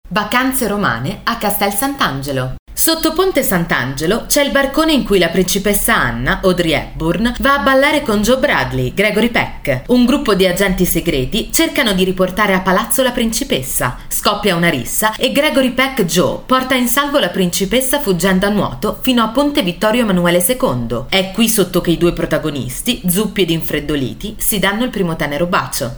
Vacanze romane a Castel Sant'Angelo. Sotto Ponte Sant'Angelo c'è il barcone in cui la principessa Anna, Audrey Hepburn, va a ballare con Joe Bradley, Gregory Peck. Un gruppo di agenti segreti cercano di riportare a palazzo la principessa. Scoppia una rissa e Gregory Peck Joe porta in salvo la principessa fuggendo a nuoto fino a Ponte Vittorio Emanuele II. È qui sotto che i due protagonisti, zuppi ed infreddoliti, si danno il primo tenero bacio.